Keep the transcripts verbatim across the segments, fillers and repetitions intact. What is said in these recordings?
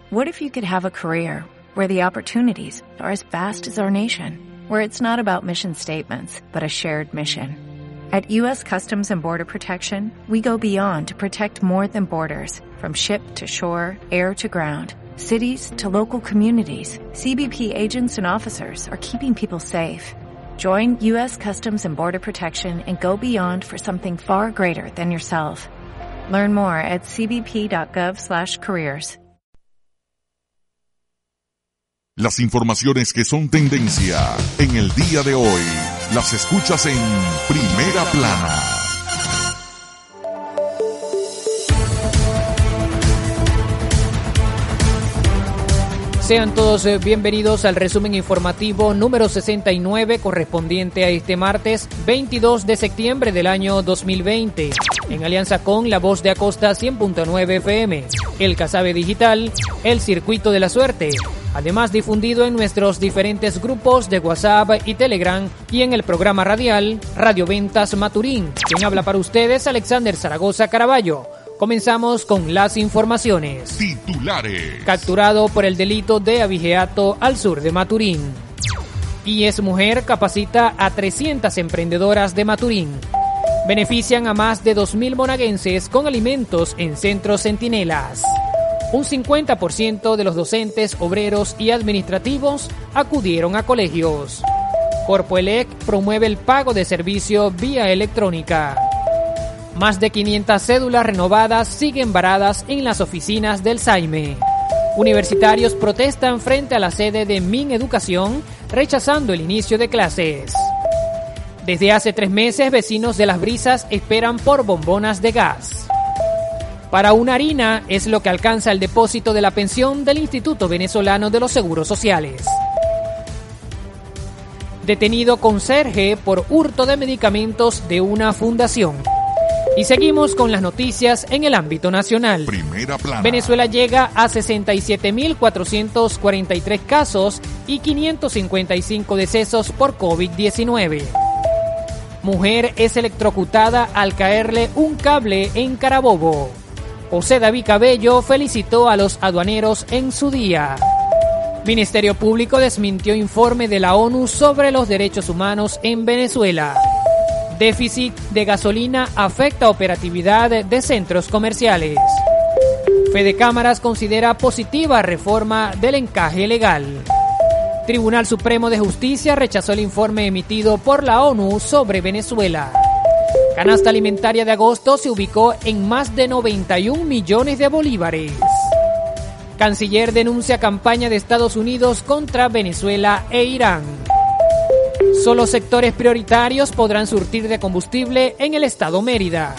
What if you could have a career where the opportunities are as vast as our nation, where it's not about mission statements, but a shared mission? At U S Customs and Border Protection, we go beyond to protect more than borders, from ship to shore, air to ground, cities to local communities. C B P agents and officers are keeping people safe. Join U S Customs and Border Protection and go beyond for something far greater than yourself. Learn more at c b p dot gov slash careers. Las informaciones que son tendencia en el día de hoy las escuchas en Primera Plana. Sean todos bienvenidos al resumen informativo número sesenta y nueve correspondiente a este martes veintidós de septiembre del año dos mil veinte. En alianza con La Voz de Acosta cien punto nueve F M, El Casabe Digital, El Circuito de la Suerte. Además difundido en nuestros diferentes grupos de WhatsApp y Telegram y en el programa radial Radio Ventas Maturín. Quien habla para ustedes, Alexander Zaragoza Caraballo. Comenzamos con las informaciones. Titulares. Capturado por el delito de abigeato al sur de Maturín. I E S Mujer capacita a trescientas emprendedoras de Maturín. Benefician a más de dos mil monaguenses con alimentos en centros centinelas. Un cincuenta por ciento de los docentes, obreros y administrativos acudieron a colegios. Corpoelec promueve el pago de servicio vía electrónica. Más de quinientas cédulas renovadas siguen varadas en las oficinas del SAIME. Universitarios protestan frente a la sede de MinEducación, rechazando el inicio de clases. Desde hace tres meses, vecinos de Las Brisas esperan por bombonas de gas. Para una harina es lo que alcanza el depósito de la pensión del Instituto Venezolano de los Seguros Sociales. Detenido conserje por hurto de medicamentos de una fundación. Y seguimos con las noticias en el ámbito nacional. Primera Plana. Venezuela llega a sesenta y siete mil cuatrocientos cuarenta y tres casos y quinientos cincuenta y cinco decesos por COVID diecinueve. Mujer es electrocutada al caerle un cable en Carabobo. José David Cabello felicitó a los aduaneros en su día. Ministerio Público desmintió informe de la ONU sobre los derechos humanos en Venezuela. Déficit de gasolina afecta operatividad de centros comerciales. Fede Cámaras considera positiva reforma del encaje legal. Tribunal Supremo de Justicia rechazó el informe emitido por la ONU sobre Venezuela. Canasta alimentaria de agosto se ubicó en más de noventa y un millones de bolívares. Canciller denuncia campaña de Estados Unidos contra Venezuela e Irán. Solo sectores prioritarios podrán surtir de combustible en el estado Mérida.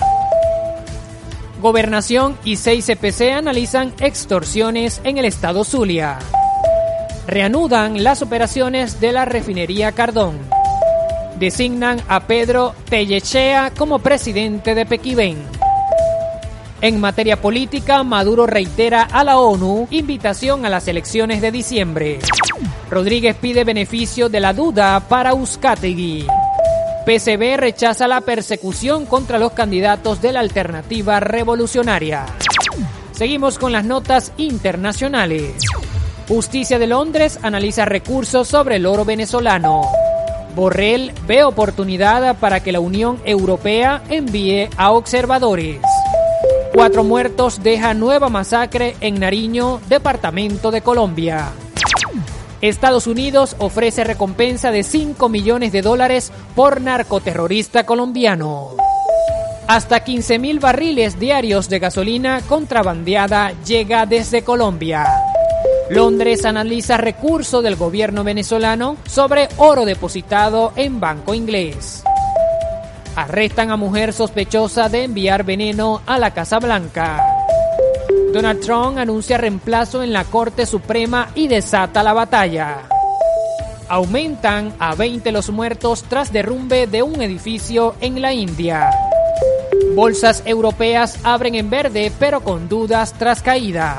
Gobernación y seis C P C analizan extorsiones en el estado Zulia. Reanudan las operaciones de la refinería Cardón. Designan a Pedro Tellechea como presidente de Pequibén. En materia política, Maduro reitera a la ONU invitación a las elecciones de diciembre. Rodríguez pide beneficio de la duda para Uzcategui. P C B rechaza la persecución contra los candidatos de la Alternativa Revolucionaria. Seguimos con las notas internacionales. Justicia de Londres analiza recursos sobre el oro venezolano. Borrell ve oportunidad para que la Unión Europea envíe a observadores. Cuatro muertos deja nueva masacre en Nariño, departamento de Colombia. Estados Unidos ofrece recompensa de cinco millones de dólares por narcoterrorista colombiano. Hasta quince mil barriles diarios de gasolina contrabandeada llega desde Colombia. Londres analiza recurso del gobierno venezolano sobre oro depositado en banco inglés. Arrestan a mujer sospechosa de enviar veneno a la Casa Blanca. Donald Trump anuncia reemplazo en la Corte Suprema y desata la batalla. Aumentan a veinte los muertos tras derrumbe de un edificio en la India. Bolsas europeas abren en verde pero con dudas tras caídas.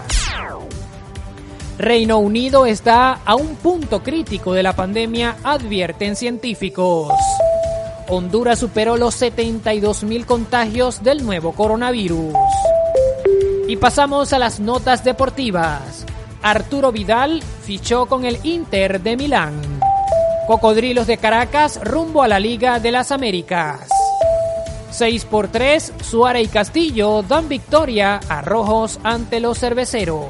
Reino Unido está a un punto crítico de la pandemia, advierten científicos. Honduras superó los setenta y dos mil contagios del nuevo coronavirus. Y pasamos a las notas deportivas. Arturo Vidal fichó con el Inter de Milán. Cocodrilos de Caracas rumbo a la Liga de las Américas. seis por tres, Suárez y Castillo dan victoria a Rojos ante los Cerveceros.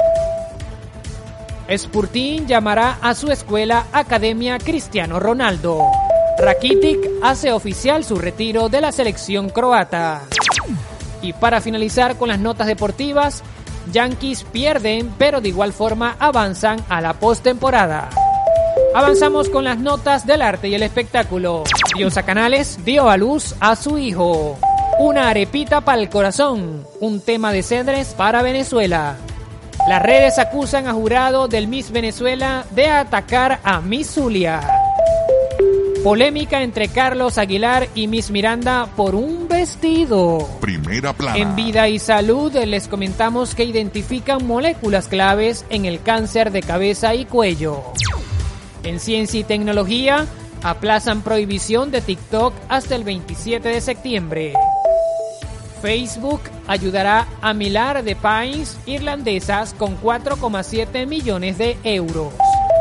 Sporting llamará a su escuela Academia Cristiano Ronaldo. Rakitic hace oficial su retiro de la selección croata. Y para finalizar con las notas deportivas, Yankees pierden, pero de igual forma avanzan a la postemporada. Avanzamos con las notas del arte y el espectáculo. Diosa Canales dio a luz a su hijo. Una arepita para el corazón, un tema de Cedres para Venezuela. Las redes acusan a jurado del Miss Venezuela de atacar a Miss Zulia. Polémica entre Carlos Aguilar y Miss Miranda por un vestido. Primera plana. En Vida y Salud les comentamos que identifican moléculas claves en el cáncer de cabeza y cuello. En Ciencia y Tecnología aplazan prohibición de TikTok hasta el veintisiete de septiembre. Facebook ayudará a milar de países irlandesas con cuatro coma siete millones de euros.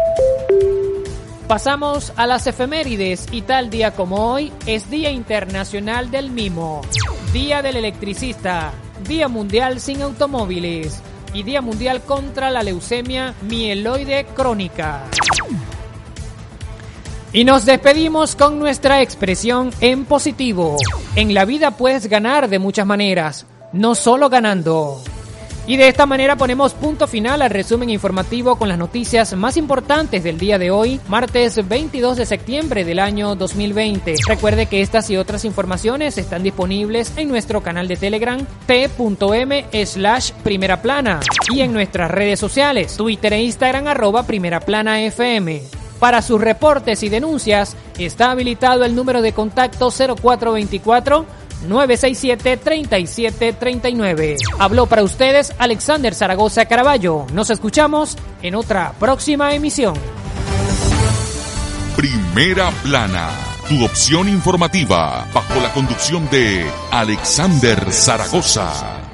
Pasamos a las efemérides y tal día como hoy es Día Internacional del Mimo, Día del Electricista, Día Mundial sin Automóviles y Día Mundial contra la Leucemia Mieloide Crónica. Y nos despedimos con nuestra expresión en positivo. En la vida puedes ganar de muchas maneras, no solo ganando. Y de esta manera ponemos punto final al resumen informativo con las noticias más importantes del día de hoy, martes veintidós de septiembre del año dos mil veinte. Recuerde que estas y otras informaciones están disponibles en nuestro canal de Telegram t.m slash primera plana y en nuestras redes sociales, Twitter e Instagram arroba primera plana fm. Para sus reportes y denuncias está habilitado el número de contacto cero cuatro veinticuatro, nueve seis siete, treinta y siete treinta y nueve. Habló para ustedes Alexander Zaragoza Caraballo. Nos escuchamos en otra próxima emisión. Primera Plana, tu opción informativa, bajo la conducción de Alexander Zaragoza.